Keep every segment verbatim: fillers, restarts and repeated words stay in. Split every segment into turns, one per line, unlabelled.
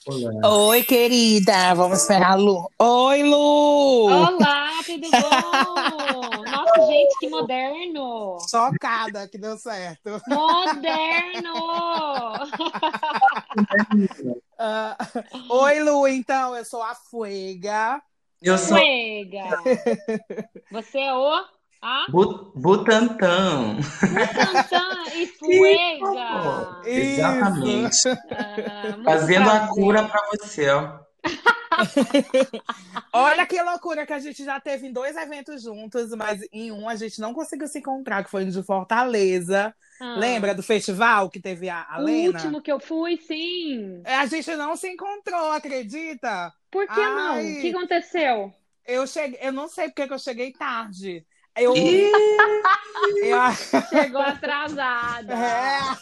Olá.
Oi, querida. Vamos esperar a Lu. Oi, Lu!
Olá, tudo bom? Nossa, gente, que moderno!
Chocada que deu certo.
Moderno!
Ah, oi, Lu. Então, eu sou a Fuega.
Eu
É,
sou
Fuega! Você é o a
Bu- Butantã.
Butantan e
Oh,
Fuega!
Isso.
exatamente.
Ah, muito
Fazendo a cura
prazer.
para você, ó.
Olha que loucura que a gente já teve em dois eventos juntos, mas em um a gente não conseguiu se encontrar, que foi no de Fortaleza. Lembra
Ah,
do festival que teve a, a
o
Lena?
último que eu fui, sim.
É, a gente não se encontrou, acredita?
Por que não? O que
Ai,
aconteceu?
eu cheguei, eu não sei porque que eu cheguei tarde. Eu ouvi,
Ih,
eu,
Chegou atrasada.
é,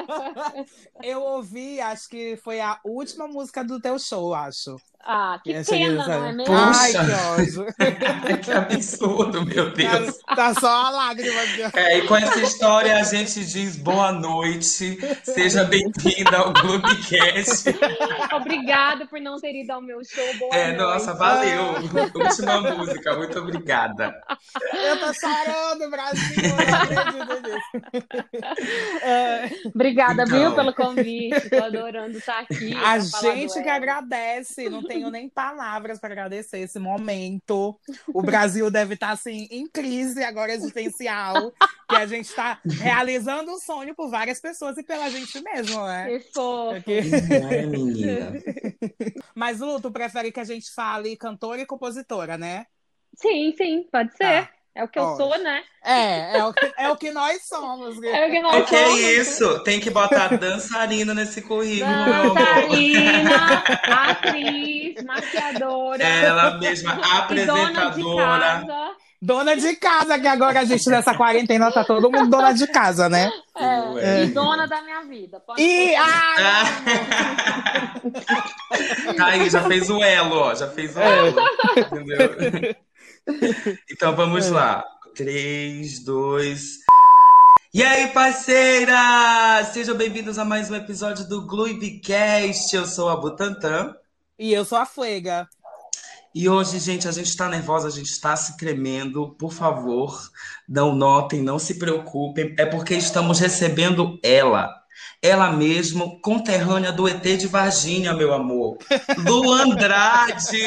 eu ouvi, acho que foi a última música do teu show, acho.
Ah, que
Eu cheguei
pena, não
nessa.
é mesmo?
Ai,
puxa,
que ódio.
que absurdo, meu
Tá,
Deus.
tá só a lágrima aqui, ó.
É, e com essa história a gente diz boa noite, seja bem-vinda ao Clubecast.
Obrigada por não ter ido ao meu show. Boa
É, nossa,
noite.
valeu.
Ah,
Última música, muito obrigada.
eu tô chorando, Brasil, eu não acredito nisso. É,
Obrigada, viu,
Então,
pelo convite. Tô adorando estar aqui
a
para falar do
gente que
Elo.
agradece, não tenho nem palavras para agradecer esse momento. O Brasil deve estar assim em crise agora existencial, que a gente está realizando um sonho por várias pessoas e pela gente mesmo, né?
Que
Porque...
fofo.
não é, menina?
Mas, Lu, tu prefere que a gente fale cantora e compositora, né?
Sim, sim, pode
Tá,
ser. É o que eu sou,
ótimo.
né?
É, é o que, é o que nós somos.
É o que
O
nós
que é
somos.
isso? Tem que botar dançarina nesse currículo, meu amor.
Dançarina, atriz, maquiadora
Ela mesma,
e dona de
apresentadora.
casa.
Dona de casa, que agora a gente nessa quarentena tá todo mundo dona de casa, né?
Tu
É,
é,
e
menina.
dona da minha vida. Pode pôr
E
também.
ai,
Ah, tá aí, já fez o elo, ó. Já fez o
é,
elo. Entendeu? Então vamos
é.
lá. Três, dois. E aí, parceiras! Sejam bem-vindos a mais um episódio do Gloibcast. Eu sou a Butantã.
E eu sou a Fuega.
E hoje, gente, a gente está nervosa, a gente está se tremendo. Por favor, não notem, não se preocupem. É porque estamos recebendo ela. Ela mesmo, conterrânea do E T de Varginha, meu amor. Lu Andrade!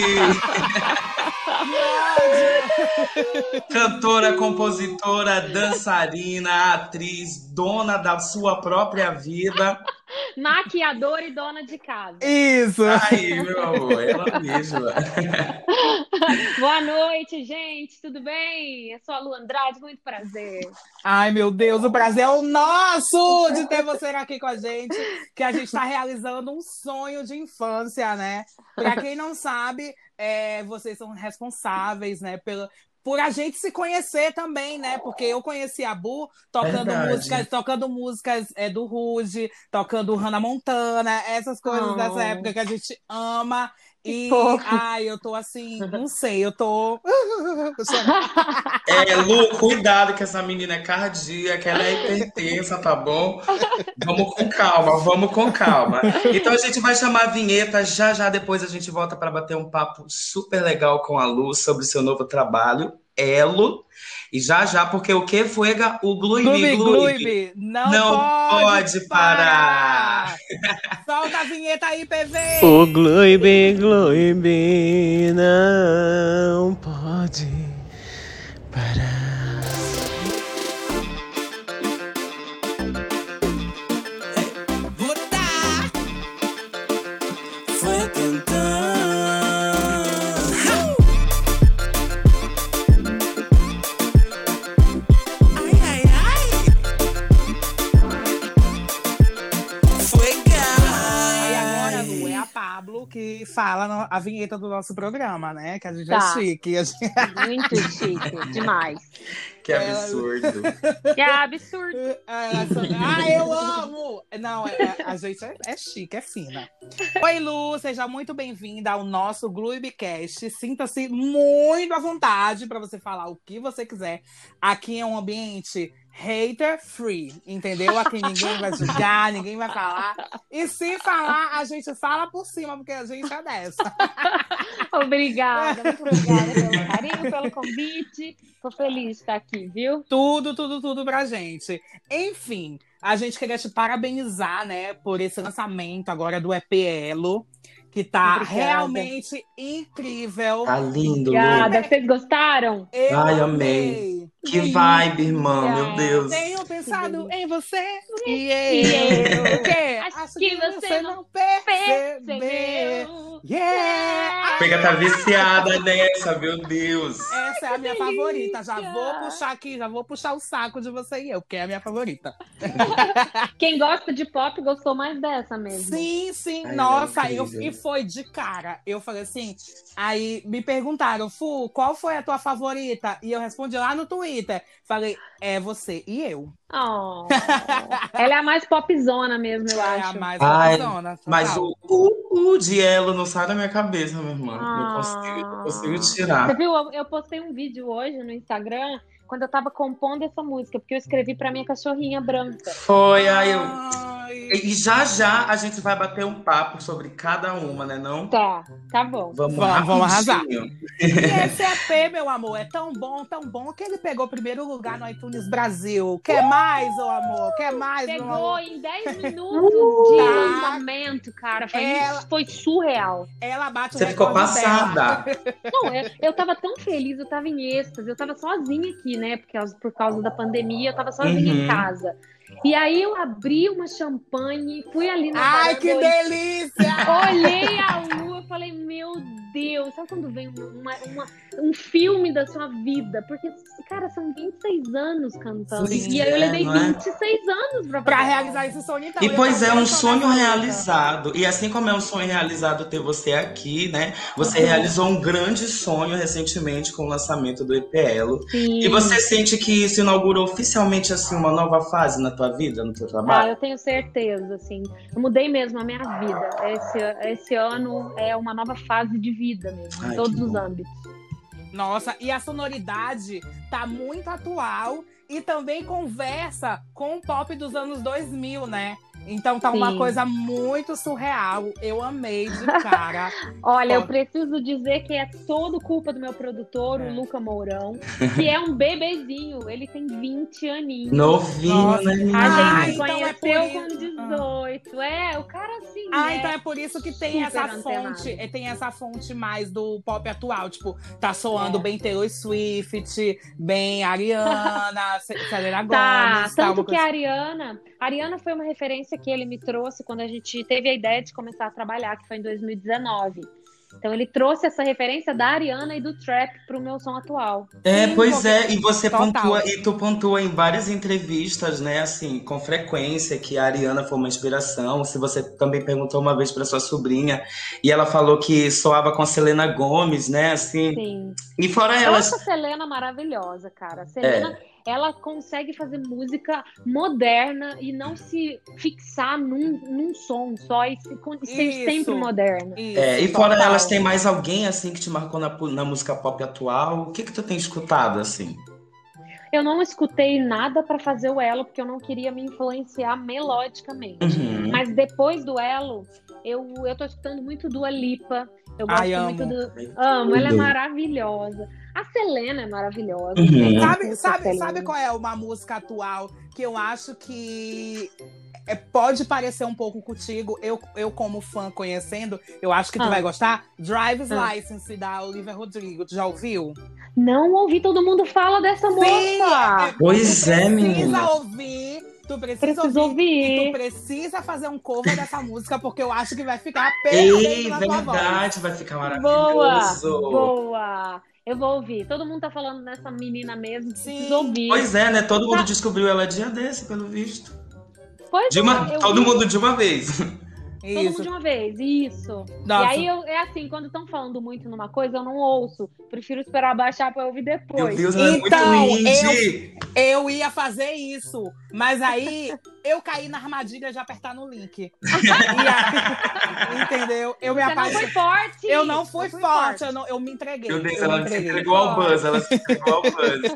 Que ódio!
Cantora, compositora, dançarina, atriz, dona da sua própria vida.
Maquiadora e dona de casa.
Isso!
Aí, meu amor, ela mesma.
Boa noite, gente. Tudo bem? Eu sou a Lu Andrade, muito prazer.
Ai, meu Deus, o prazer é o nosso de ter você aqui com a gente, que a gente está realizando um sonho de infância, né? Para quem não sabe, é, vocês são responsáveis, né, pelo, por a gente se conhecer também, né? Porque eu conheci a Bu tocando
Verdade.
músicas, tocando músicas é, do Ruge, tocando Hannah Montana, essas coisas dessa
Oh,
época que a gente ama.
que
E,
fofo.
ai, eu tô assim, não sei, eu tô. Vou chorar.
É, Lu, cuidado que essa menina é cardíaca, ela é hipertensa, tá bom? Vamos com calma, vamos com calma. Então a gente vai chamar a vinheta, já já depois a gente volta para bater um papo super legal com a Lu sobre seu novo trabalho, Elo. E já já, porque o que foi o Gluibe
Gloob,
Gluibe
Gloob, não
não
pode
pode parar.
parar! Solta a vinheta aí,
O
P V!
Gloibe, Gloibe não pode parar. Foi cantando. Ai, ai, ai. Foi
Aí agora, Lu, é a
gai.
Pablo que fala no- a vinheta do nosso programa, né? Que a gente é
Tá,
chique. A gente-
muito chique, demais.
Que
ela-
absurdo.
Que absurdo.
ela só- Ah, eu amo! Não, é- é- a gente é, é chique, é fina. Oi, Lu, seja muito bem-vinda ao nosso Gloibcast. Sinta-se muito à vontade para você falar o que você quiser. Aqui é um ambiente hater free, entendeu? Aqui ninguém vai julgar, ninguém vai falar. E se falar, a gente fala por cima, porque a gente é dessa.
Obrigada, muito obrigada pelo carinho, pelo convite. Tô feliz de estar aqui, viu?
Tudo, tudo, tudo pra gente. Enfim, a gente queria te parabenizar, né, por esse lançamento agora do E P Elo, que tá
Obrigada.
realmente incrível.
Tá lindo, Lu.
Obrigada. Vocês gostaram?
Eu
Ai, amei.
amei.
Que vibe, irmã,
delícia.
meu Deus.
Tenho pensado em você e
E
eu.
eu.
O quê?
Acho que você não
percebeu.
Percebeu.
Yeah!
Pega, tá viciada nessa, meu Deus.
Essa é a minha
delícia.
favorita. Já vou puxar aqui, já vou puxar o saco de você e eu, porque é a minha favorita.
Quem gosta de pop gostou mais dessa mesmo.
Sim, sim.
Ai,
Nossa,
é
eu,
incrível.
e foi de cara. Eu falei assim, aí me perguntaram, Fu, qual foi a tua favorita? E eu respondi lá no Twitter. Falei, é você e eu.
Oh. Ela é a mais popzona mesmo, eu
É
acho.
a mais
Ai,
popzona,
Mas
total.
o, o, o de Elo não sai da minha cabeça, meu irmão.
Ah.
Não consigo, não consigo
Você
tirar.
viu? Eu, eu postei um vídeo hoje no Instagram quando eu tava compondo essa música, porque eu escrevi pra minha cachorrinha branca.
Foi, aí eu.
Ai,
E já já a gente vai bater um papo sobre cada uma, né? Não?
Tá, tá bom.
Vamos,
Vamos, vamos arrasar.
rapidinho.
E esse E P, meu amor, é tão bom, tão bom, que ele pegou primeiro lugar no iTunes Brasil. Quer mais, ô amor? Quer mais, meu
Pegou
amor?
em dez minutos de
Tá.
lançamento, cara. Foi,
Ela-
foi surreal.
Ela bate o
Você ficou
recorde dela.
passada.
Não, eu, eu tava tão feliz, eu tava em êxtase, eu tava sozinha aqui, né? Porque, por causa da pandemia, eu tava sozinha
Uhum.
em casa. E aí eu abri uma champanhe, fui ali na
Ai,
varanda,
que delícia!
olhei a lua e falei, meu Deus, sabe quando vem uma, uma- um filme da sua vida? Porque, cara, são vinte e seis anos cantando.
Sim,
e aí eu
é,
levei
não é?
vinte e seis anos pra,
Pra
fazer.
realizar esse sonho, então.
E
eu
pois é,
também
um
sou
sonho
nessa luta.
realizado. E assim como é um sonho realizado ter você aqui, né? Você
Uhum.
realizou um grande sonho recentemente com o lançamento do E P Elo.
Sim.
E você sente que isso inaugurou oficialmente assim uma nova fase na tua vida, no teu
Ah,
trabalho?
eu tenho certeza, assim. Eu mudei mesmo a minha vida. Esse, esse ano é uma nova fase de vida mesmo,
Ai,
em todos
que
os
bom.
âmbitos.
Nossa, e a sonoridade tá muito atual e também conversa com o pop dos anos dois mil, né? Então tá uma
Sim.
coisa muito surreal. Eu amei de cara.
Olha,
Ó.
eu preciso dizer que é todo culpa do meu produtor,
É.
o Luca Mourão, que é um bebezinho. Ele tem vinte aninhos.
Novinho,
Nossa.
né,
A
menina?
Ah,
gente
então é
conheceu
por
com
isso.
dezoito. É, o cara assim.
Ah,
é
então é por isso que tem
super
essa
antenado.
fonte, é, tem essa fonte mais do pop atual, tipo, tá soando
É.
bem Taylor Swift, bem Ariana, Ce- Selena
Tá,
Gomez, tá,
tanto
uma
que
coisa-
a Ariana, a Ariana foi uma referência que ele me trouxe quando a gente teve a ideia de começar a trabalhar, que foi em dois mil e dezenove. Então ele trouxe essa referência da Ariana e do trap pro meu som atual.
É,
Sim,
pois
porque-
é, e você
Total.
pontua, e tu pontua em várias entrevistas, né, assim, com frequência, que a Ariana foi uma inspiração. Se você também perguntou uma vez para sua sobrinha, e ela falou que soava com Selena Gomez, né, assim.
Sim.
E fora
Eu
elas.
acho a Selena maravilhosa, cara. A Selena, ela consegue fazer música moderna e não se fixar num, num som só e, se, e ser
Isso.
sempre moderna.
Isso,
É, e fora
total.
elas, tem mais alguém, assim, que te marcou na, pu- na música pop atual? O que que tu tem escutado, assim?
Eu não escutei nada pra fazer o elo, porque eu não queria me influenciar melodicamente.
Uhum.
Mas depois do elo, eu, eu tô escutando muito Dua Lipa. Eu gosto
Ai,
muito
amo.
do. Amo, ela é
Tudo.
maravilhosa. A Selena é maravilhosa.
Uhum.
gente.
Sabe,
Música
sabe,
Selena.
sabe qual é uma música atual que eu acho que é, pode parecer um pouco contigo? Eu, eu como fã conhecendo, eu acho que tu
Ah.
vai gostar. Driver's
Ah.
License, da Olivia Rodrigo. Tu já ouviu?
Não ouvi, todo mundo fala dessa moça.
é-
Pois
tu
é,
precisa
menina.
ouvir. Tu precisa
Preciso
ouvir. E
ouvir.
tu precisa fazer um cover dessa música, porque eu acho que vai ficar
Ei,
perfeito na tua voz.
verdade, vai ficar
Boa,
maravilhoso.
boa. Eu vou ouvir. Todo mundo tá falando dessa menina mesmo.
Sim.
Preciso ouvir.
Pois é, né? Todo mundo
Tá.
descobriu ela dia desse, pelo visto.
Pois
De uma,
é, eu
todo
vi-
mundo de uma vez.
Todo mundo
Isso.
de uma vez, isso.
Nossa.
E aí, eu, é assim, quando estão falando muito numa coisa, eu não ouço. Prefiro esperar baixar pra ouvir
Meu
depois.
Deus, ela é
Então,
muito indie.
Eu ia fazer isso, mas aí eu caí na armadilha de apertar no link. E aí, entendeu? Eu me
Você não foi
apaixonei.
forte.
Eu não fui
Você foi
forte, eu, não, eu me entreguei.
Meu Deus,
eu me
ela se
entreguei.
entregou ao buzz, ela se entregou ao buzz.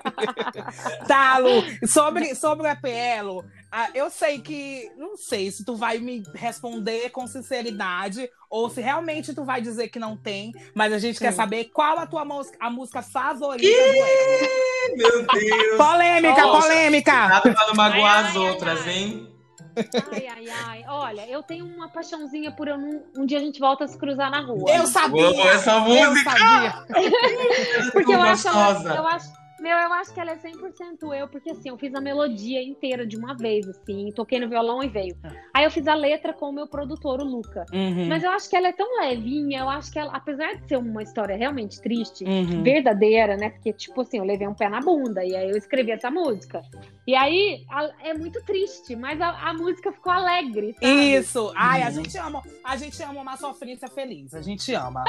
Tá, Lu, sobre, sobre o E P E, Lu, ah, eu sei que, não sei se tu vai me responder com sinceridade ou se realmente tu vai dizer que não tem, mas a gente quer
Sim.
saber qual a tua música, a música favorita do Elo.
Meu Deus.
Polêmica,
Poxa.
polêmica!
Nada pra não magoar
Ai,
as
ai, ai,
outras,
ai.
hein?
Ai, ai, ai. Olha, eu tenho uma paixãozinha por eu não... um dia a gente volta a se cruzar na rua.
Eu sabia!
Amo essa
Eu
música.
sabia!
Porque eu acho, ela,
gostosa.
eu acho, meu, eu acho que ela é cem por cento eu, porque assim, eu fiz a melodia inteira de uma vez, assim, toquei no violão e veio. Aí eu fiz a letra com o meu produtor, o Luca.
Uhum,
Mas eu acho que ela é tão levinha, eu acho que ela, apesar de ser uma história realmente triste,
uhum.
verdadeira, né? Porque, tipo assim, eu levei um pé na bunda e aí eu escrevi essa música. E aí a- é muito triste, mas a, a música ficou alegre, sabe?
Isso! Ai, a gente ama, a gente ama uma sofrência feliz, a gente ama.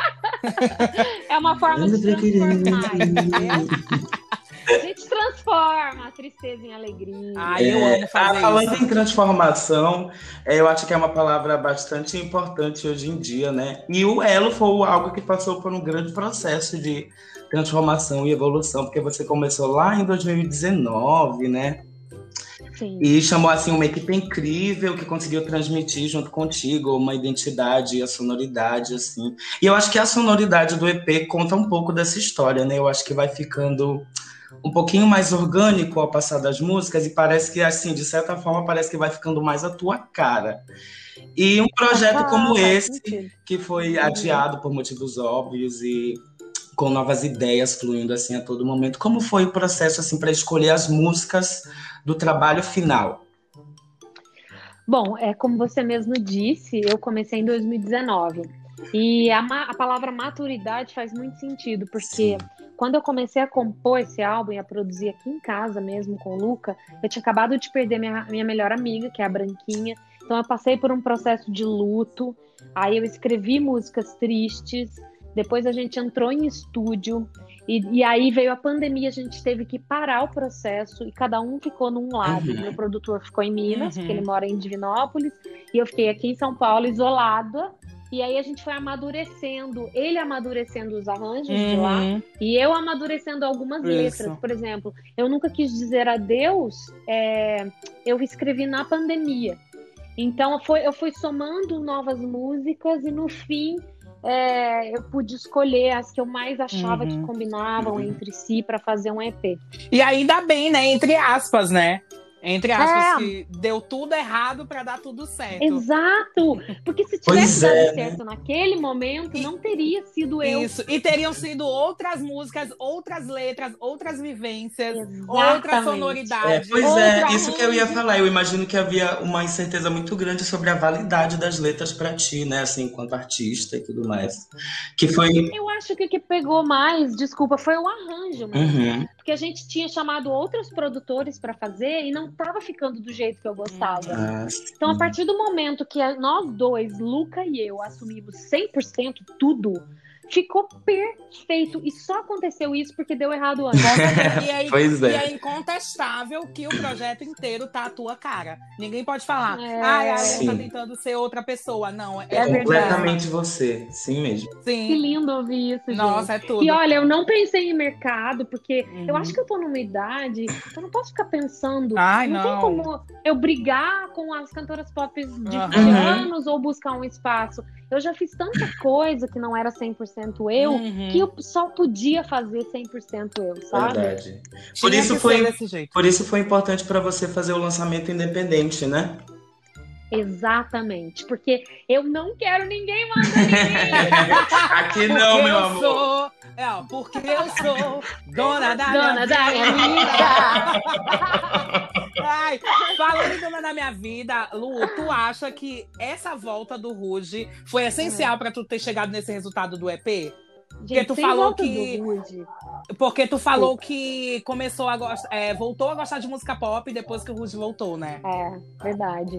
É uma forma de transformar, entendeu? A gente transforma a tristeza em alegria.
Ai, eu
É,
amo fazer
ah, falando
isso.
em transformação, é, eu acho que é uma palavra bastante importante hoje em dia, né? E o Elo foi algo que passou por um grande processo de transformação e evolução, porque você começou lá em dois mil e dezenove, né?
Sim.
E chamou assim uma equipe incrível que conseguiu transmitir junto contigo uma identidade e a sonoridade, assim. E eu acho que a sonoridade do E P conta um pouco dessa história, né? Eu acho que vai ficando um pouquinho mais orgânico ao passar das músicas e parece que, assim, de certa forma, parece que vai ficando mais a tua cara. E um projeto
Ah,
como
faz
esse,
sentido.
que foi
Uhum.
adiado por motivos óbvios e com novas ideias fluindo assim a todo momento, como foi o processo assim para escolher as músicas do trabalho final?
Bom, é como você mesmo disse, eu comecei em dois mil e dezenove. E a, ma- a palavra maturidade faz muito sentido, porque quando eu comecei a compor esse álbum e a produzir aqui em casa mesmo com o Luca, eu tinha acabado de perder minha, minha melhor amiga, que é a Branquinha. Então eu passei por um processo de luto, aí eu escrevi músicas tristes, depois a gente entrou em estúdio, e, e aí veio a pandemia, a gente teve que parar o processo e cada um ficou num lado.
Uhum.
Meu produtor ficou em Minas,
Uhum.
porque ele mora em Divinópolis, e eu fiquei aqui em São Paulo, isolada. E aí a gente foi amadurecendo, ele amadurecendo os arranjos de lá,
Uhum.
e eu amadurecendo algumas
Isso.
letras. Por exemplo, eu nunca quis dizer adeus, é, eu escrevi na pandemia. Então foi, eu fui somando novas músicas e no fim é, eu pude escolher as que eu mais achava
Uhum.
que combinavam entre si para fazer um E P.
E ainda bem, né? Entre aspas, né? Entre aspas,
É.
que deu tudo errado pra dar tudo certo.
Exato! Porque se
Pois
tivesse dado
é,
certo naquele momento, não teria sido eu.
Isso. E teriam sido outras músicas, outras letras, outras vivências,
Exatamente.
outra
É,
sonoridade.
pois
Outra
é, isso que eu ia
arranjo.
falar. Eu imagino que havia uma incerteza muito grande sobre a validade das letras para ti, né? Assim, enquanto artista e tudo mais. Que foi.
Eu acho que o que pegou mais, desculpa, foi o arranjo mesmo.
Uhum.
Porque a gente tinha chamado outros produtores para fazer e não estava ficando do jeito que eu gostava.
Ah,
Então, a partir do momento que nós dois, Luca e eu, assumimos cem por cento tudo, ficou perfeito. E só aconteceu isso porque deu errado antes.
E aí,
Pois
e
é.
é incontestável que o projeto inteiro tá à tua cara. Ninguém pode falar,
É.
ai, a Ariana
Sim.
tá tentando ser outra pessoa. Não, é,
É verdade.
Completamente você, sim mesmo.
Que
Sim.
lindo ouvir isso, gente.
Nossa, é tudo.
E olha, eu não pensei em mercado, porque
Uhum.
eu acho que eu tô numa idade, eu não posso ficar pensando.
Ai,
não, tem
não.
como eu brigar com as cantoras pop de
Aham.
vinte anos ou buscar um espaço. Eu já fiz tanta coisa que não era cem por cento eu,
Uhum.
que eu só podia fazer cem por cento eu, sabe?
Verdade. Por
Tinha
isso
que
foi-
ser desse jeito.
Por isso foi importante para você fazer o lançamento independente, né?
Exatamente. Porque eu não quero ninguém mandando em mim.
Aqui
Porque
não, meu
eu
amor.
sou, é, ó, porque eu sou dona da
Dona
minha
da minha
vida. Ai, falando em dona da minha vida, Lu, tu acha que essa volta do Ruge foi essencial pra tu ter chegado nesse resultado do E P?
Gente,
tu
sem
falou
volta
que-
do Rude.
Porque tu falou que começou a gostar, é, voltou a gostar de música pop depois que o Ruge voltou, né?
É, verdade.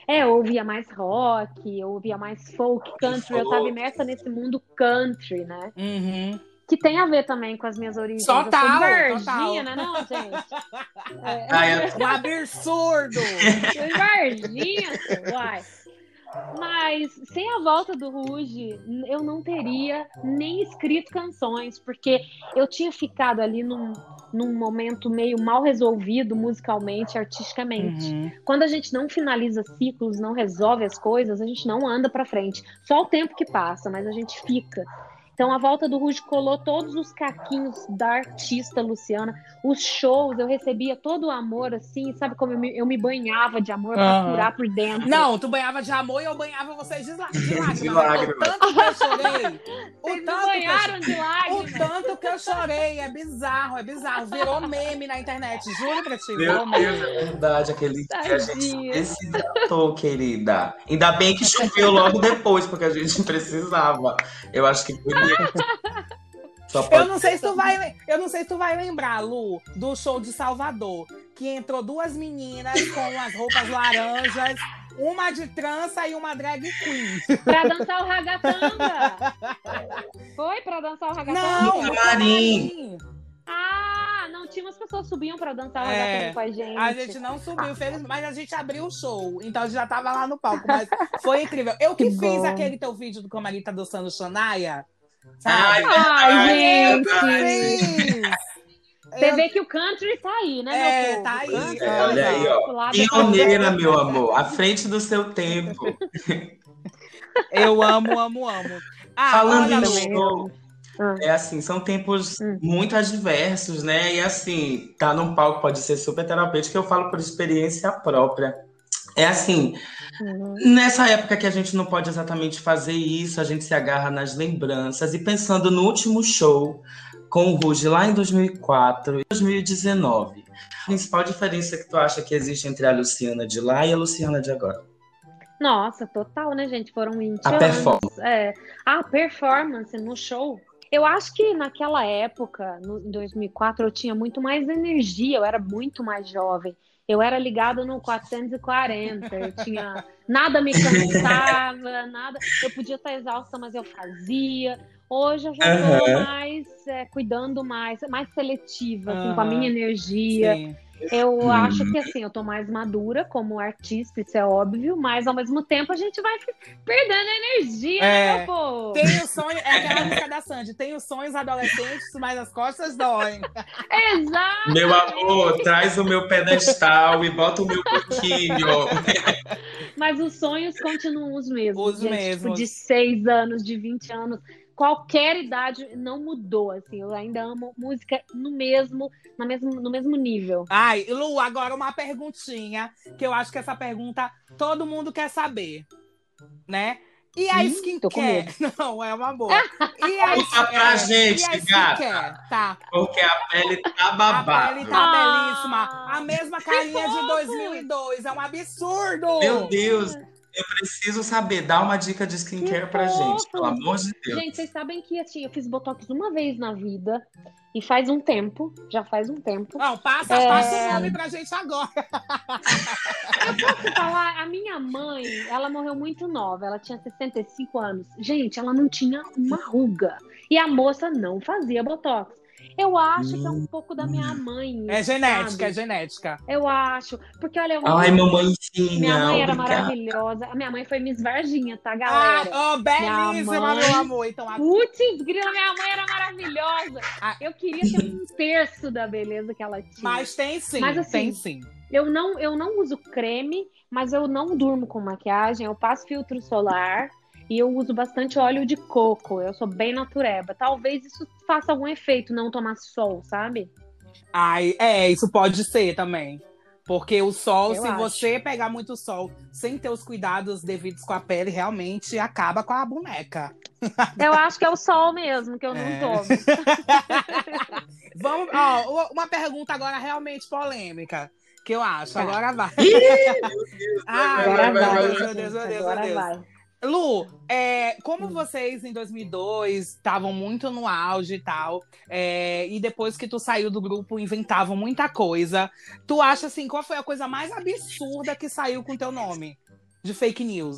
É, eu ouvia mais rock, eu ouvia mais folk, country. Eu tava
folk.
imersa nesse mundo country, né?
Uhum.
Que tem a ver também com as minhas origens. Eu sou de
Total,
Varginha,
total.
né, não, gente? É,
Ai, é-
Um absurdo!
sou de Varginha, uai. Mas sem a volta do Ruge, eu não teria nem escrito canções, porque eu tinha ficado ali num, num momento meio mal resolvido musicalmente, artisticamente.
Uhum.
Quando a gente não finaliza ciclos, não resolve as coisas, a gente não anda pra frente. Só o tempo que passa, mas a gente fica. Então a volta do Ruge colou todos os caquinhos da artista Luciana. Os shows, eu recebia todo o amor, assim, sabe como eu me, eu me banhava de amor pra
Aham.
curar por dentro.
Não, tu banhava de amor e eu banhava vocês de, lá- de lágrimas.
De
O
lágrimas.
tanto que eu chorei. O
Vocês me
tanto que eu
banharam de
O
lágrimas.
tanto que eu chorei, é bizarro, é bizarro. Virou meme na internet, juro pra ti.
Meu
Virou meme.
Deus, é verdade, aquele dia a gente
Tadinha.
desidratou, querida. Ainda bem que choveu logo depois, porque a gente precisava. Eu acho que foi mesmo. Só
Eu
pode...
não sei se tu vai, eu não sei se tu vai lembrar, Lu, do show de Salvador, que entrou duas meninas com as roupas laranjas, uma de trança e uma drag queen.
Pra dançar o ragatanga. Foi pra dançar o ragatanga?
Não, no
camarim.
camarim.
Ah, não tinha umas pessoas que subiam pra dançar o
É,
ragatanga com a gente.
A gente não subiu, feliz, mas a gente abriu o show, então a gente já tava lá no palco, mas foi incrível. Eu que,
Que
fiz
bom.
aquele teu vídeo do camarim tá dançando Shania,
Ai,
sabe?
Ai,
Eu que
gente.
fiz.
Você
Eu-
vê que o country tá aí, né,
É,
meu povo?
tá aí.
O country
É,
tá
olha aí, ó.
pro lado
Pioneira,
da-
meu amor, à frente do seu tempo.
Eu amo, amo, amo. Ah,
Falando
olha,
em
Lu,
show,
Ah.
é assim, são tempos
Hum.
muito adversos, né? E assim, tá num palco pode ser super terapêutico, eu falo por experiência própria. É assim,
Uhum.
nessa época que a gente não pode exatamente fazer isso, a gente se agarra nas lembranças. E pensando no último show com o Ruge lá em dois mil e quatro e dois mil e dezenove, a principal diferença que tu acha que existe entre a Luciana de lá e a Luciana de agora?
Nossa, total, né, gente? Foram vinte
A
anos.
performance.
É. A performance no show. Eu acho que naquela época, no, em dois mil e quatro, eu tinha muito mais energia, eu era muito mais jovem. Eu era ligada no quatrocentos e quarenta, eu tinha... Nada me cansava, nada... Eu podia estar exausta, mas eu fazia. Hoje eu já tô
Aham.
mais, é, cuidando mais, mais seletiva, assim, com a
Aham.
minha energia.
sim.
Eu
Hum.
acho que assim, eu tô mais madura como artista, isso é óbvio, mas ao mesmo tempo a gente vai perdendo energia,
É.
né, meu povo?
Tem o sonho, é aquela música da Sandy, tem os sonhos adolescentes, mas as costas doem.
Exato!
Meu amor, traz o meu pedestal e bota o meu pouquinho.
Mas os sonhos continuam os mesmos,
Os
gente.
mesmos.
Tipo, de seis anos, de vinte anos, qualquer idade não mudou, assim. Eu ainda amo música no mesmo, na mesmo, no mesmo nível.
Ai, Lu, agora uma perguntinha, que eu acho que essa pergunta todo mundo quer saber, né? E a
Hum, tô com
skincare? Não, é uma boa. E a,
Conta pra
é,
gente,
e a
gata.
skincare? Tá.
Porque a pele tá
A
babada.
pele tá
Ah,
belíssima. A mesma carinha de
fofo.
dois mil e dois. É um absurdo.
Meu Deus, eu preciso saber. Dá uma dica de skincare
Que
pra gente,
fofo.
pelo amor de Deus.
Gente, vocês sabem que assim, eu fiz botox uma vez na vida e faz um tempo, já faz um tempo.
Não, passa,
É.
passa o nome pra gente agora.
Posso falar, a minha mãe, ela morreu muito nova, ela tinha sessenta e cinco anos. Gente, ela não tinha uma ruga. E a moça não fazia botox. Eu acho que é um pouco da minha mãe.
É genética,
sabe?
é genética.
Eu acho. Porque, olha, eu...
Ai, mamãezinha,
minha mãe era
obrigada.
maravilhosa. A minha mãe foi Miss Varginha, tá,
Ah,
galera?
oh, belíssima,
mãe-
meu amor. Então, a...
Putz, grila, minha mãe era maravilhosa.
Ah.
Eu queria ter um terço da beleza que ela tinha.
mas tem sim,
Mas, assim,
tem sim.
Eu não, eu não uso creme, mas eu não durmo com maquiagem. Eu passo filtro solar e eu uso bastante óleo de coco. Eu sou bem natureba. Talvez isso faça algum efeito, não tomar sol, sabe?
Ai, é, isso pode ser também. Porque o sol,
Eu
se
acho.
você pegar muito sol sem ter os cuidados devidos com a pele, realmente acaba com a boneca.
Eu acho que é o sol mesmo, que eu não
É.
tomo.
Vamos, ó, uma pergunta agora realmente polêmica. Que eu acho.
Tá.
Agora vai.
Ai,
Agora
vai, vai,
vai,
vai,
meu Deus, meu Deus, meu
agora
Deus.
vai.
Lu, é, como
Hum.
vocês em dois mil e dois estavam muito no auge e tal, é, e depois que tu saiu do grupo inventavam muita coisa, tu acha assim, qual foi a coisa mais absurda que saiu com teu nome? de fake news?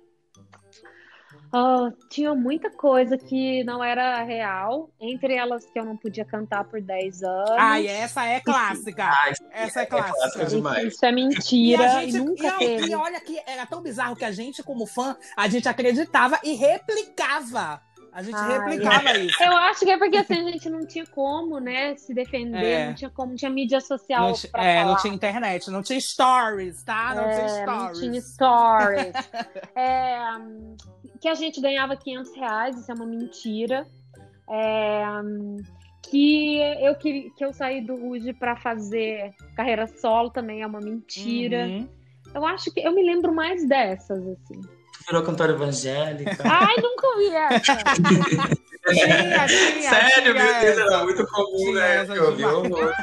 Ah, tinha muita coisa que não era real, entre elas que eu não podia cantar por dez anos.
Ai, essa é clássica.
Ai,
Essa é
clássica
clássica.
demais.
Isso, isso é
E
mentira
a
e,
gente,
nunca
e,
teve.
e olha que era tão bizarro que a gente, como fã, a gente acreditava e replicava. A gente
Ai,
replicava isso.
Eu acho que é porque assim, a gente não tinha como, né, se defender,
É.
não tinha como, não tinha mídia social
Não, ti-
pra
é,
falar.
não tinha internet, não tinha stories, tá? Não tinha
É, não
stories.
tinha stories. É, hum, que a gente ganhava quinhentos reais, isso é uma mentira. É, hum, que eu, que, que eu saí do Ruge pra fazer carreira solo também é uma mentira.
Uhum.
Eu acho que eu me lembro mais dessas, assim.
Virou cantora evangélica.
Ai, nunca ouvi essa.
Tinha, tinha,
Sério,
tinha
meu Deus,
essa.
era muito comum,
Tinha
né?
essa
Eu ouvi
demais.
horror.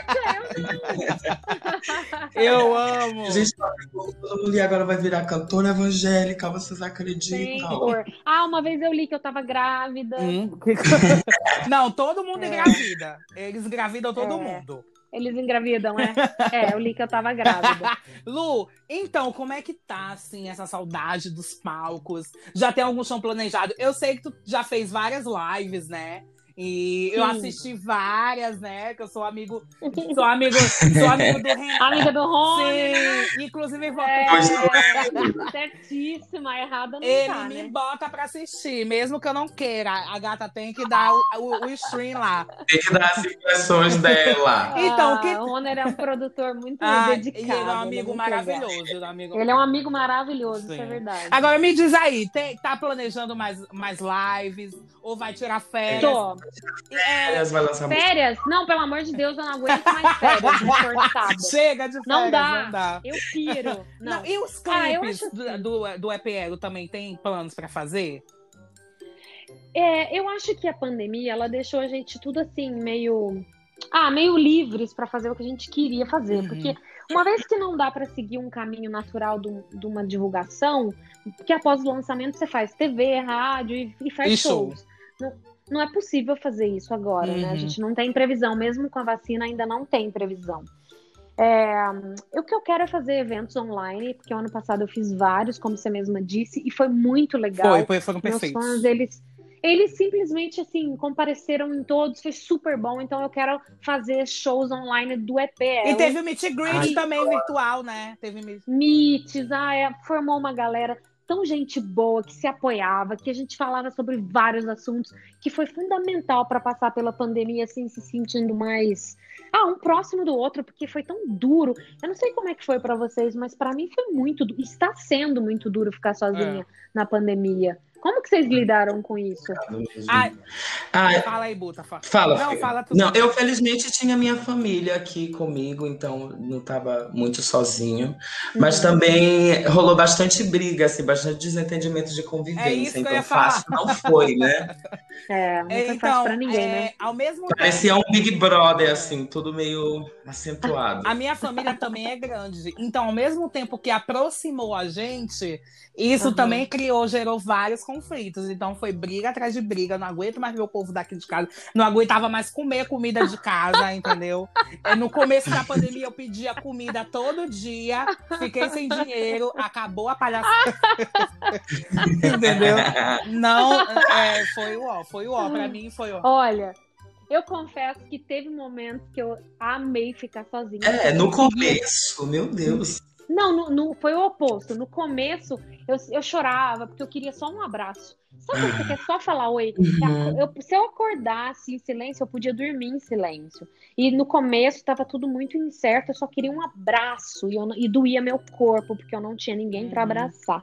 Eu amo.
A gente tá vendo todo mundo e agora vai virar cantora evangélica, vocês acreditam?
Senhor. Ah, uma vez eu li que eu tava grávida.
Hum, que- Não, todo mundo engravida. Eles engravidam todo
É.
mundo.
Eles engravidam, é? É, eu li que eu tava grávida.
Lu, então, como é que tá, assim, essa saudade dos palcos? Já tem algum show planejado? Eu sei que tu já fez várias lives, né? E eu
Sim.
assisti várias, né? Que eu sou amigo, sou amigo, sou amigo do Renato.
Amiga do Rony.
Sim, inclusive vou-
É,
Pois não
certíssima, errada não
ele
tá,
me
né?
bota pra assistir, mesmo que eu não queira. A gata tem que dar o, o, o stream lá.
Tem que dar as impressões dela.
Então,
Ah,
que-
o Rony é um produtor muito
Ah,
dedicado.
e ele é um
ele
amigo
muito
maravilhoso.
legal.
ele é um amigo...
Ele é um amigo maravilhoso,
Sim.
isso é verdade.
Agora me diz aí, tem, tá planejando mais, mais lives? Ou vai tirar férias?
Tô.
É,
Férias vai lançar música.
Férias? Não, pelo amor de Deus, eu não aguento mais férias forçada.
chega de férias,
Não dá.
não dá.
Eu piro. Não.
Não, e os
Ah, eu
clipes
acho
do,
assim.
do, do E P Ego também tem planos pra fazer?
É, eu acho que a pandemia, ela deixou a gente tudo assim, meio... Ah, meio livres pra fazer o que a gente queria fazer.
Uhum.
Porque uma vez que não dá pra seguir um caminho natural do- de uma divulgação, porque após o lançamento você faz T V, rádio e, e faz
E
shows. Não, não é possível fazer isso agora, né? A
Uhum.
gente não tem previsão, mesmo com a vacina ainda não tem previsão. É, o que eu quero é fazer eventos online, porque o ano passado eu fiz vários, como você mesma disse, e foi muito legal.
Foi, foi, foram
Meus
perfeitos.
fãs, eles, eles simplesmente, assim, compareceram em todos, foi super bom. Então eu quero fazer shows online do E P L.
E teve o Meet and Greet
Ai,
também virtual, né? Teve meet...
Meets, ah, é, formou uma galera tão gente boa, que se apoiava, que a gente falava sobre vários assuntos, que foi fundamental para passar pela pandemia, assim, se sentindo mais... Ah, um próximo do outro, porque foi tão duro. Eu não sei como é que foi para vocês, mas para mim foi muito duro. Está sendo muito duro ficar sozinha
É.
na pandemia. Como que vocês lidaram com isso?
Ai,
Ai,
fala aí, Buta. Fala,
fala,
Não,
filha.
fala tudo.
Não, eu felizmente tinha minha família aqui comigo, então não estava muito sozinho. Mas
Uhum.
também rolou bastante briga, assim, bastante desentendimento de
É isso
convivência.
que eu
Então
ia falar.
fácil não foi, né?
É, não foi fácil
Então,
para ninguém,
é,
né?
ao mesmo tempo...
Parecia um Big Brother, assim, tudo meio acentuado.
A minha família também é grande. Então, ao mesmo tempo que aproximou a gente, isso
Uhum.
também criou, gerou vários conflitos. Então, foi briga atrás de briga. Não aguento mais ver o povo daqui de casa. Não aguentava mais comer comida de casa, entendeu? É, No começo da pandemia, eu pedia comida todo dia. Fiquei sem dinheiro. Acabou a palhaçada. Entendeu? Não, é, foi o ó. Foi o ó. Pra mim, foi o ó.
Olha, eu confesso que teve momentos que eu amei ficar sozinha.
É,
Eu
no
conseguia-
começo, meu Deus.
Não, no, no- foi o oposto. No começo, eu, eu chorava, porque eu queria só um abraço. Sabe quando você quer só falar oi?
Uhum.
Eu- se eu acordasse em silêncio, eu podia dormir em silêncio. E no começo estava tudo muito incerto, eu só queria um abraço. E, eu não- e doía meu corpo, porque eu não tinha ninguém para
Uhum.
abraçar.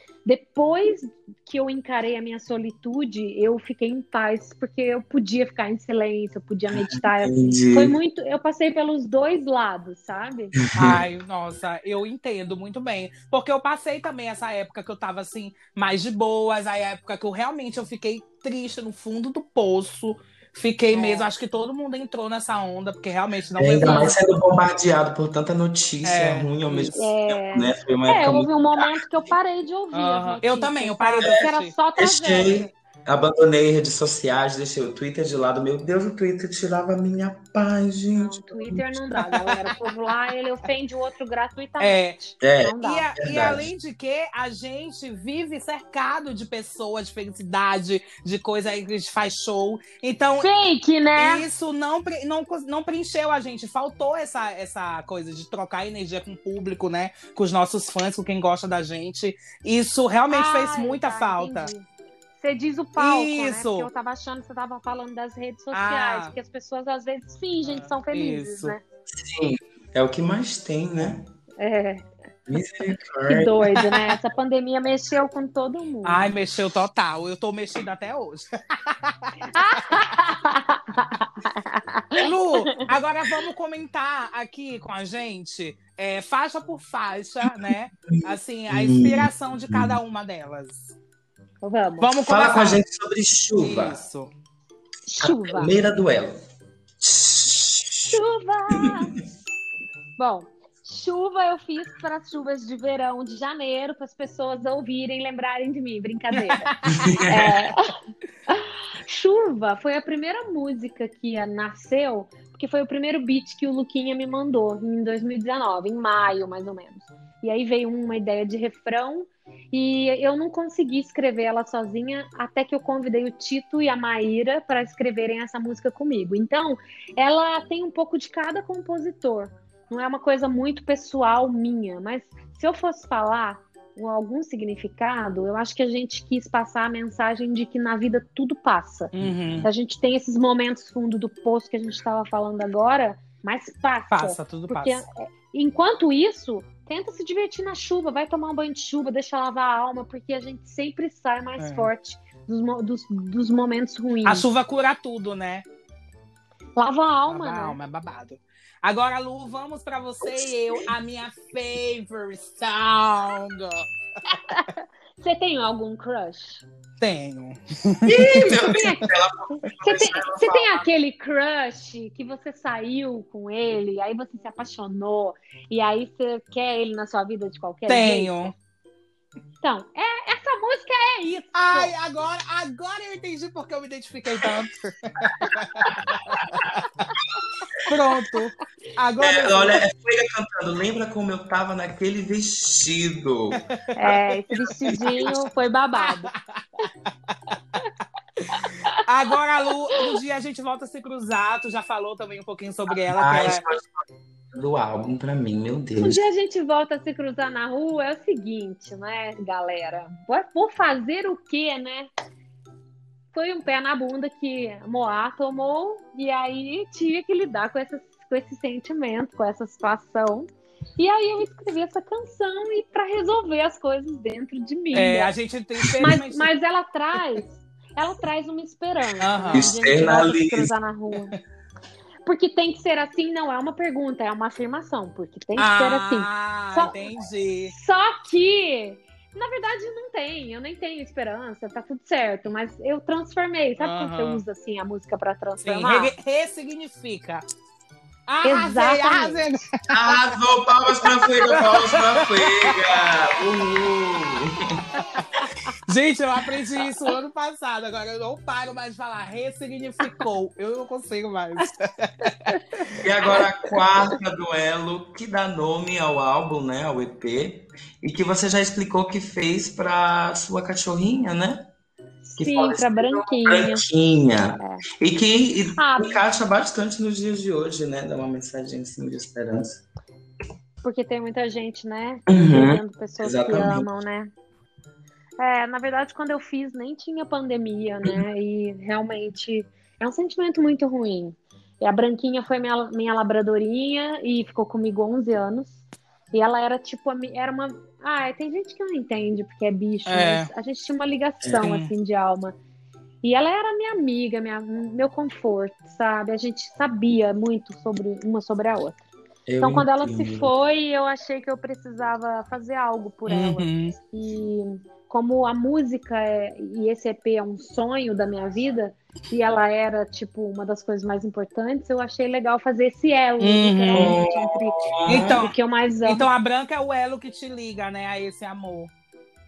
Depois que eu encarei a minha solitude, eu fiquei em paz, porque eu podia ficar em silêncio, eu podia meditar.
Entendi.
Foi muito. Eu passei pelos dois lados, sabe?
Ai, nossa, eu entendo muito bem. Porque eu passei também essa época que eu tava assim, mais de boas, aí a época que eu realmente eu fiquei triste no fundo do poço. Fiquei
É.
mesmo, acho que todo mundo entrou nessa onda, porque realmente não
É, ainda
levou.
mais sendo bombardeado por tanta notícia
É,
ruim ao mesmo
isso.
É,
tempo, né? Foi uma
é
época
houve
muito...
um momento que eu parei de ouvir.
Aham.
as
Eu
notícias,
também, eu parei de
sabe? Porque era
assistir.
só
Fechei.
tragédia.
Abandonei redes sociais, deixei o Twitter de lado. Meu Deus, o Twitter tirava a minha paz,
Não,
gente.
Twitter não dá, galera. O povo lá, ele ofende o outro
É,
gratuitamente.
É,
Não
e,
dá.
a- e
verdade.
além de que a gente vive cercado de pessoas, de felicidade, de coisa aí que a gente faz show. Então,
Fake, né?
isso não, pre- não, cons- não preencheu a gente. Faltou essa, essa coisa de trocar energia com o público, né? Com os nossos fãs, com quem gosta da gente. Isso realmente fez
Ah,
muita
tá,
falta.
entendi. Você diz o palco, né?
Isso.
Porque eu tava achando que você tava falando das redes sociais,
Ah.
porque as pessoas às vezes fingem que são felizes,
Isso.
né?
Sim, é o que mais tem, né?
É, que
Misericórdia.
doido, né? Essa pandemia mexeu com todo mundo.
Ai, mexeu total. Eu tô mexida até hoje. Lu, agora vamos comentar aqui com a gente, é, faixa por faixa, né? Assim, a inspiração de cada uma delas.
Vamos.
Vamos
Fala
começar.
com a gente sobre chuva.
Isso.
Chuva.
Primeira duelo.
Chuva! Bom, chuva eu fiz para as chuvas de verão de janeiro, para as pessoas ouvirem e lembrarem de mim. Brincadeira. É, Chuva foi a primeira música que nasceu, porque foi o primeiro beat que o Luquinha me mandou em dois mil e dezenove, em maio, mais ou menos. E aí veio uma ideia de refrão e eu não consegui escrever ela sozinha até que eu convidei o Tito e a Maíra para escreverem essa música comigo. Então, ela tem um pouco de cada compositor. Não é uma coisa muito pessoal minha, mas se eu fosse falar algum significado, eu acho que a gente quis passar a mensagem de que na vida tudo passa.
Uhum.
A gente tem esses momentos fundo do poço que a gente estava falando agora, mas passa.
Passa, tudo
Porque
passa.
é, enquanto isso, tenta se divertir na chuva, vai tomar um banho de chuva, deixa lavar a alma, porque a gente sempre sai mais
É.
forte dos, mo- dos, dos momentos ruins.
A chuva cura tudo, né?
Lava a alma,
Lava a
né?
alma, é babado. Agora, Lu, vamos pra você e eu, a minha favorite song.
Você tem algum crush?
Tenho.
Ih, meu Deus, ela
Você tem, você tem aquele crush que você saiu com ele, aí você se apaixonou, e aí você quer ele na sua vida de qualquer jeito?
Tenho.
Então, é, essa música é isso.
Ai, agora, agora eu entendi porque eu me identifiquei tanto. Pronto. Agora
É,
eu-
olha, é Fuega cantando. Lembra como eu tava naquele vestido?
É, esse vestidinho foi babado.
Agora, Lu, um dia a gente volta a se cruzar. Tu já falou também um pouquinho sobre ela.
Ai,
que ela...
pode falar do álbum pra mim, meu
Um
Deus.
dia a gente volta a se cruzar na rua, é o seguinte, né, galera? Por- Por fazer o quê, né? Foi um pé na bunda que a Moá tomou, e aí tinha que lidar com, essas, com esse sentimento, com essa situação. E aí eu escrevi essa canção e para resolver as coisas dentro de mim.
É,
né?
a gente tem
Mas,
infelizmente-
mas ela traz, ela traz uma esperança.
Aham.
né? A gente volta a se
Externaliza.
cruzar na rua. Porque tem que ser assim, não é uma pergunta, é uma afirmação. Porque tem que ser assim.
Ah,
Só-
entendi.
Só que, na verdade, não tem. Eu nem tenho esperança, tá tudo certo. Mas eu transformei. Sabe quando você
Aham.
usa assim a música pra
Sim,
transformar?
re- ressignifica. Arrasei,
Exatamente.
arrasei.
Arrasou, palmas pra Fuega, palmas pra Fuega. Uhul.
Gente, eu aprendi isso ano passado. Agora eu não paro mais de falar. Ressignificou. Eu não consigo mais.
E agora a quarta duelo que dá nome ao álbum, né, ao E P, e que você já explicou que fez pra sua cachorrinha, né? Que
Sim,
faleceu,
pra Branquinha.
Branquinha. E que e-
Ah.
encaixa bastante nos dias de hoje, né? Dá uma mensagem assim, de esperança.
Porque tem muita gente, né?
Uhum,
Perdendo pessoas que
exatamente.
amam, né? É, na verdade, quando eu fiz, nem tinha pandemia, né? E realmente é um sentimento muito ruim. E a Branquinha foi minha, minha labradorinha e ficou comigo onze anos. E ela era tipo, a mi- era uma. Ah, tem gente que não entende porque é bicho,
É.
mas a gente tinha uma ligação,
Sim.
assim, de alma. E ela era minha amiga, minha, meu conforto, sabe? A gente sabia muito sobre uma sobre a outra.
Eu
Então, quando ela
entendo.
se foi, eu achei que eu precisava fazer algo por ela.
Uhum.
E como a música é- e esse E P é um sonho da minha vida, e ela era, tipo, uma das coisas mais importantes, eu achei legal fazer esse elo,
Uhum.
literalmente, entre
Então,
o que eu mais amo.
então a Branca é o elo que te liga, né? A esse amor.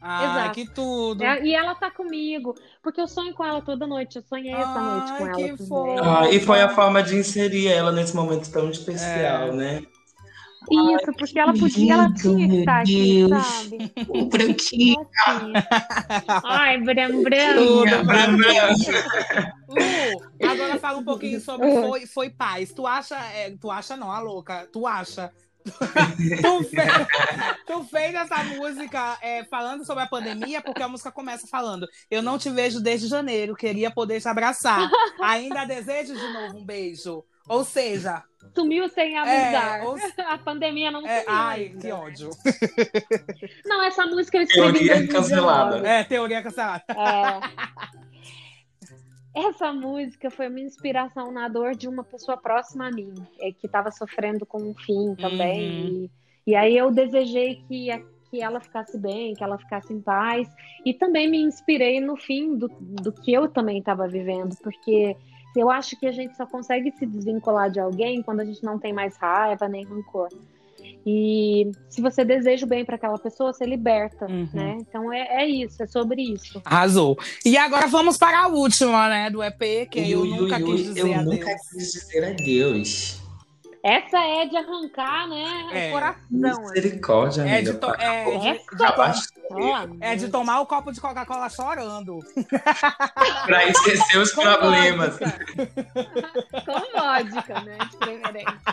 Ai,
Exato.
que tudo.
É, e ela tá comigo, porque eu sonho com ela toda noite. Eu sonhei essa noite com
Ai,
ela
que
também.
fofo.
Ah, e foi a forma de inserir ela nesse momento tão especial,
É.
né?
Isso, porque ela podia, ela tinha que estar aqui, sabe?
O branquinho.
Ela tinha. Ai, Bram Bram.
Tudo,
Bram,
maravilhoso. Lu, agora fala um pouquinho sobre Foi, foi Paz. Tu acha, é, tu acha não, a louca, tu acha? tu, fez, tu fez essa música é, falando sobre a pandemia, porque a música começa falando: eu não te vejo desde janeiro, queria poder te abraçar. Ainda desejo de novo um beijo. Ou seja,
Sumiu sem avisar.
É, ou-
A pandemia não
é,
sumiu
ai,
ainda.
que ódio.
Não, essa música eu escrevi em
Teoria
dois mil e dezenove.
cancelada.
É, teoria cancelada.
É. Essa música foi uma inspiração na dor de uma pessoa próxima a mim, é, que estava sofrendo com um fim também.
Uhum.
E, e aí eu desejei que, a- que ela ficasse bem, que ela ficasse em paz. E também me inspirei no fim do, do que eu também estava vivendo, porque eu acho que a gente só consegue se desvincular de alguém quando a gente não tem mais raiva nem rancor. E se você deseja o bem para aquela pessoa, você liberta,
Uhum.
né? Então é, é isso, é sobre isso.
Arrasou. E agora vamos para a última, né, do E P, que eu
Ui,
nunca
ui,
quis
ui,
dizer
eu
adeus.
nunca quis dizer adeus.
Essa é de arrancar, né?
É.
O coração. assim.
Misericórdia,
É de,
amiga.
to- é, de,
Essa
de
Já
tom-
basta
Olha,
é de tomar o copo de Coca-Cola chorando.
pra esquecer os
com
problemas.
vodka. Com vodka, né? De preferência.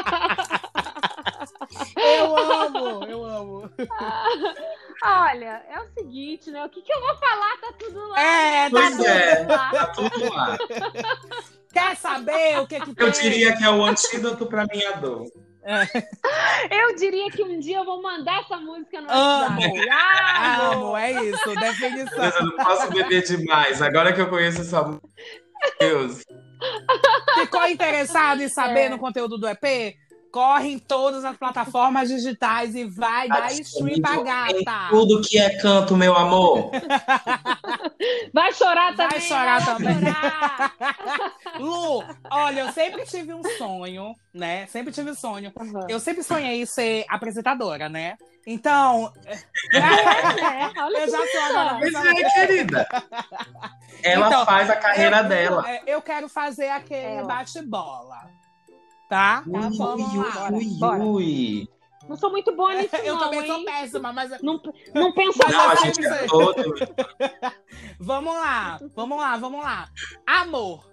Eu amo, eu amo.
Olha, é o seguinte, né? O que, que eu vou falar? Tá tudo lá.
É, tá
Pois
tudo
é,
lá.
tá tudo lá.
Quer saber o que que tem?
Eu diria que é o antídoto pra minha dor.
Eu diria que um dia eu vou mandar essa música no
Amo.
WhatsApp. Ah,
Amo, é isso, definição.
Mas eu não posso beber demais. Agora que eu conheço essa música, meu Deus.
Ficou interessado em saber
É.
no conteúdo do E P? Corre em todas as plataformas digitais e vai
Tá
dar stream pra
disponível em
gata.
tudo que é canto, meu amor.
Vai chorar
Vai
também.
chorar
vai
também.
chorar.
Lu, olha, eu sempre tive um sonho, né? Sempre tive um sonho.
Uhum.
Eu sempre sonhei em ser apresentadora, né? Então,
É, olha
eu
que
já sou agora
Pois
apresentadora.
é, querida. Ela
Então,
faz a carreira
eu,
dela.
é, Eu quero fazer aquele
Ela.
bate-bola. Tá?
Tá
Ui,
bom,
ui,
vamos lá.
ui,
Bora.
ui.
Não sou muito boa nisso,
Eu
não,
também sou
hein?
péssima, mas
Não, não pensa
Mas
Não, a
eu
gente
sempre
é
sei.
todo.
vamos lá, vamos lá, vamos lá. Amor.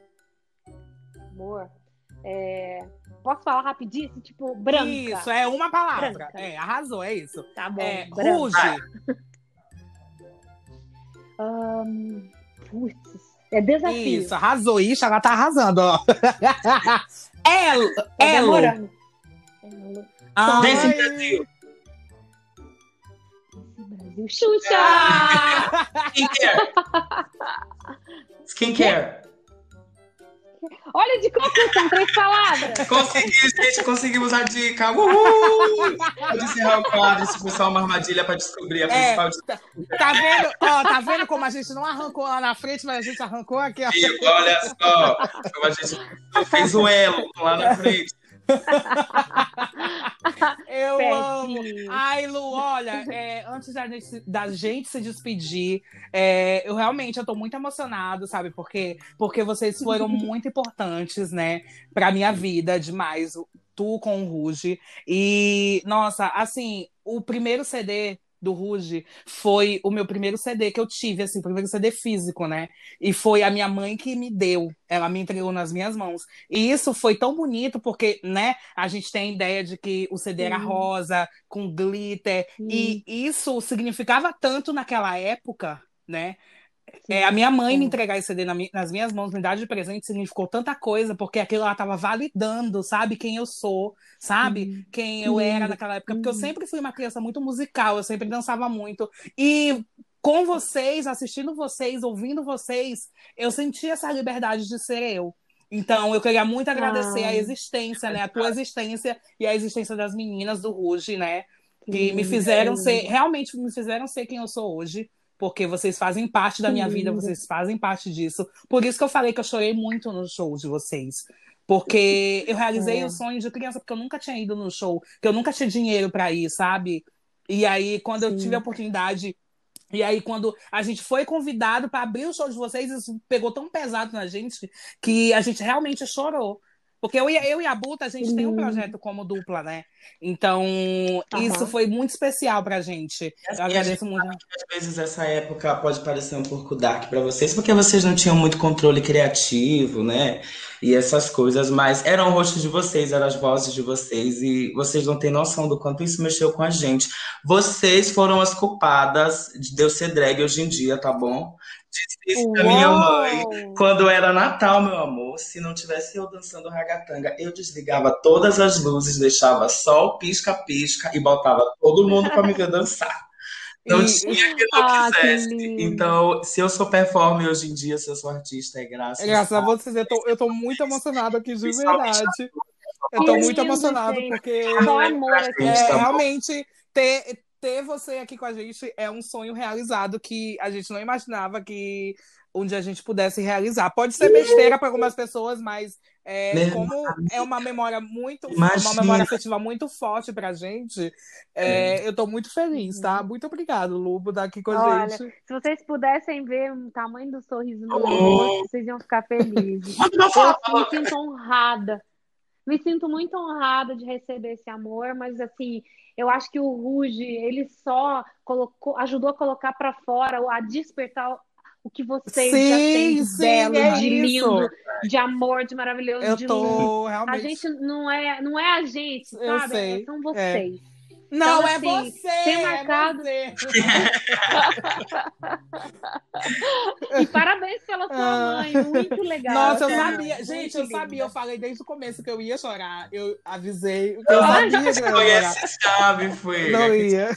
amor. É, posso falar rapidinho? Tipo, branca.
Isso, é uma palavra.
Branca.
É, arrasou, é isso.
Tá bom.
É,
branca.
ruge.
Ahn, putz, é desafio.
Isso, arrasou. Ixi, ela tá arrasando, ó. Elo.
Tá
Elo.
demorando. Elo.
Ai.
Desse Brasil.
Brasil. Xuxa!
Ah!
Skincare. Skincare.
Olha de qual que são três palavras.
Consegui, gente, conseguimos a dica. Uhul! Pode encerrar o quadro, isso foi só uma armadilha pra descobrir a
É,
principal dica.
Tá vendo? Ó, tá vendo como a gente não arrancou lá na frente, mas a gente arrancou aqui, ó.
Olha só, como a gente fez o elo lá na frente.
Eu amo.
Pertinho.
Ai, Lu, olha, é, antes da gente, da gente se despedir, é, eu realmente eu tô muito emocionado, sabe? Porque, porque vocês foram muito importantes, né, pra minha vida, demais. o- Tu com o Ruge. E, nossa, assim, o primeiro C D do Ruge foi o meu primeiro C D que eu tive, assim, o primeiro C D físico, né? E foi a minha mãe que me deu. Ela me entregou nas minhas mãos. E isso foi tão bonito, porque, né, a gente tem a ideia de que o C D era
Sim.
rosa, com glitter.
Sim.
E isso significava tanto naquela época, né? É, a minha mãe me
É.
entregar esse C D na mi- nas minhas mãos, me dar de presente, significou tanta coisa, porque aquilo lá estava validando, sabe, quem eu sou, sabe,
Sim.
quem
Que
eu era
lindo.
naquela época, porque eu
Uhum.
sempre fui uma criança muito musical, eu sempre dançava muito. E com vocês, assistindo vocês, ouvindo vocês, eu senti essa liberdade de ser eu. Então, eu queria muito agradecer a
Ai.
existência, né, a tua existência e a existência das meninas do Ruge, né, que me
lindo,
fizeram
que
ser,
lindo.
realmente me fizeram ser quem eu sou hoje. Porque vocês fazem parte da
Que
minha vida,
lindo.
vocês fazem parte disso. Por isso que eu falei que eu chorei muito no show de vocês. Porque eu realizei
É.
o sonho de criança, porque eu nunca tinha ido no show, que eu nunca tinha dinheiro pra ir, sabe? E aí, quando eu
Sim.
tive a oportunidade E aí, quando a gente foi convidado para abrir o show de vocês, isso pegou tão pesado na gente que a gente realmente chorou. Porque eu e, eu e a Buta, a gente tem um projeto como dupla, né? Então, isso
Aham.
foi muito especial pra gente. Eu agradeço muito.
Às vezes essa época pode parecer um pouco dark pra vocês, porque vocês não tinham muito controle criativo, né? E essas coisas, mas eram o rosto de vocês, eram as vozes de vocês, e vocês não têm noção do quanto isso mexeu com a gente. Vocês foram as culpadas de eu ser drag hoje em dia, tá bom? Disse isso pra minha mãe
Uou!
quando era Natal, meu amor. Se não tivesse eu dançando ragatanga, eu desligava todas as luzes, deixava só o pisca-pisca e botava todo mundo pra me ver dançar. Não
E,
tinha quem não
Ah, que
quisesse.
lindo!
Então, se eu sou performer hoje em dia, se eu sou artista, é graças
graças a
a
vocês, eu tô, eu tô muito emocionada aqui, de
principalmente a
verdade. Eu
Que
tô muito
lindo,
emocionado,
gente!
porque
Só amor aqui.
é,
gente, tá bom?
realmente ter, ter você aqui com a gente é um sonho realizado que a gente não imaginava que um dia a gente pudesse realizar. Pode ser besteira para algumas pessoas, mas é,
Meu
como é uma memória muito, uma
Imagina.
memória afetiva muito forte pra gente, é, eu tô muito feliz, tá? Muito obrigado, Lu, por estar aqui com a
Olha,
gente.
se vocês pudessem ver o tamanho do sorriso no meu
Oh.
rosto, vocês iam ficar felizes.
Mas não
Eu
fala,
me sinto honrada. Me sinto muito honrada de receber esse amor, mas assim, eu acho que o Ruge, ele só colocou, ajudou a colocar pra fora, a despertar o que vocês já têm
Sim,
de
sim,
belo,
é
de
isso.
lindo, de amor, de maravilhoso,
Eu
de lindo.
tô
A
realmente.
gente não é, não é a gente,
Eu
sabe?
sei,
É- São
é.
vocês.
Não,
Então,
é
assim,
você,
tem
é
marcado.
você.
E parabéns pela sua
Ah.
mãe, muito legal.
Nossa, eu
essa mãe,
sabia.
muito
Gente, eu
linda.
sabia. Eu falei desde o começo que eu ia chorar. Eu avisei. que Eu
Ah,
sabia que eu ia chorar.
conhece, sabe, foi.
Não ia.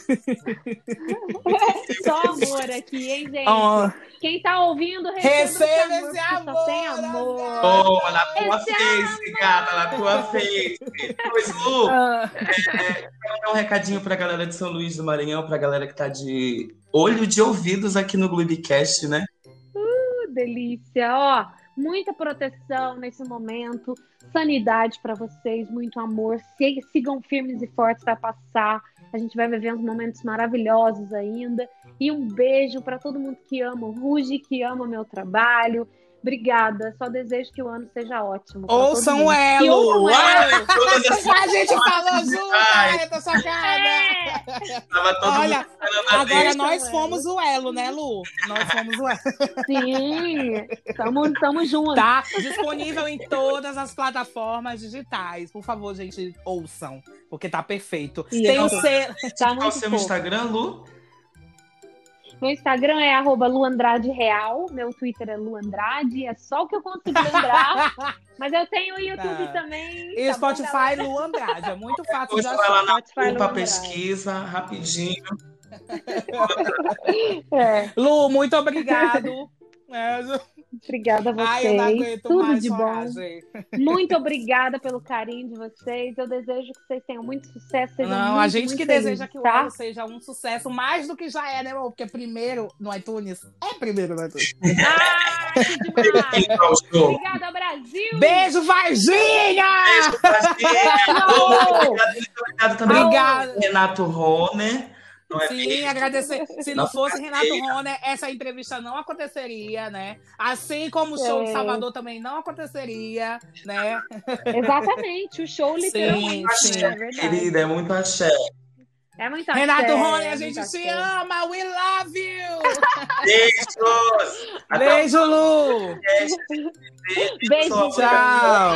Só amor aqui, hein, gente?
Ó,
Quem tá ouvindo,
receba
receba
esse
esse amor, porque só tem
amor,
amor.
amor.
Toma, na tua
Esse
face, gata, na tua face. Pois, Lu,
ah,
quero dar um recadinho pra galera de São Luís do Maranhão, pra galera que tá de olho de ouvidos aqui no Globecast, né?
Que delícia, ó. Muita proteção nesse momento, sanidade pra vocês, muito amor. Se- Sigam firmes e fortes pra passar. A gente vai viver uns momentos maravilhosos ainda. E um beijo pra todo mundo que ama o Ruge, que ama o meu trabalho. Obrigada. Só desejo que o ano seja ótimo. pra todo
ouçam
mundo.
o
Que ouçam
Elo.
o Elo.
Todas as
A gente falou junto.
Ai.
Ai, eu tô chocada.
É.
tava todo
Olha,
mundo esperando a
agora
vez.
nós fomos o Elo, né, Lu? Nós fomos o Elo.
Sim, tamo, tamo juntos.
Tá disponível em todas as plataformas digitais. Por favor, gente, ouçam, porque tá perfeito.
Isso.
Tem o selo.
Tá
Qual o
muito
seu
fofo.
Instagram, Lu?
Meu Instagram é arroba Luandrade Real, meu Twitter é Luandrade, é só o que eu consigo lembrar. Mas eu tenho o YouTube
Tá.
também.
E
tá bom,
Spotify,
galera?
Lu Andrade. É muito fácil de
Depois vai lá
achar.
na
Spotify, Lu
UPA,
Andrade.
pesquisa, rapidinho.
É,
Lu, muito obrigado. É,
obrigada a
ai, eu não
vocês.
aguento
Tudo
mais
de
chorar,
bom.
gente.
Muito obrigada pelo carinho de vocês. Eu desejo que vocês tenham muito sucesso. Sejam
Não,
muito,
a gente
muito
que
felizes,
deseja que o
tá?
ano seja um sucesso, mais do que já é, né, amor? Porque primeiro no iTunes é primeiro no iTunes.
Ah, que demais!
Então, show.
Obrigada, Brasil!
Beijo, Varginha!
Beijo pra gente. Lu, muito obrigado, muito obrigado também ao
Obrigada.
Renato Rone. Não é
Sim,
mesmo?
agradecer. Se não fosse Renato Roner, essa entrevista não aconteceria, né? Assim como o show de
É.
Salvador também não aconteceria, né?
Exatamente, o show literalmente,
Sim, sim.
é verdade.
Querida, é muito axé.
É muito
Renato
axé,
Roner,
é
a gente
muito
te
axé.
ama! We love you!
Beijos! Até o
Beijo, Lu!
podcast.
Beijo,
Só-
Tchau!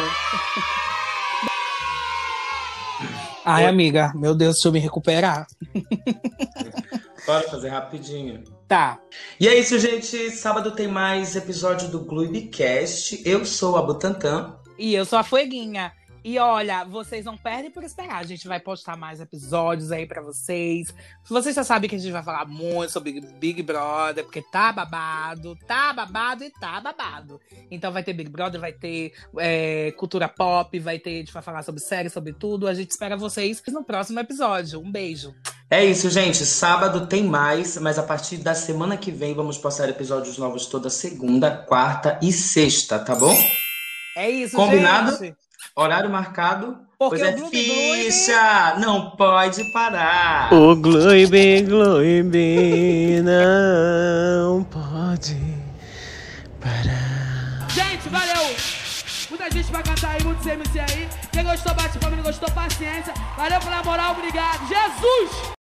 Ai, amiga, meu Deus, deixa eu me recuperar.
Bora fazer rapidinho.
Tá.
E é isso, gente. Sábado tem mais episódio do Globecast. Eu sou a Butantan.
E eu sou a Fueguinha. E olha, vocês não perdem por esperar. A gente vai postar mais episódios aí pra vocês. Vocês já sabem que a gente vai falar muito sobre Big Brother, porque tá babado, tá babado e tá babado. Então vai ter Big Brother, vai ter é, cultura pop, vai ter, a gente vai falar sobre séries, sobre tudo. A gente espera vocês no próximo episódio. Um beijo.
É isso, gente. Sábado tem mais, mas a partir da semana que vem vamos postar episódios novos toda segunda, quarta e sexta, tá bom?
É isso,
Combinado?
gente.
Horário marcado?
Porque
Pois é,
o Gloob Gloob-
ficha! Não pode parar.
O Gloibe, Gloibe não pode parar.
Gente, valeu! Muita gente vai cantar aí, muitos M C aí. Quem gostou, bate palma, não gostou, paciência. Valeu pela moral, obrigado. Jesus!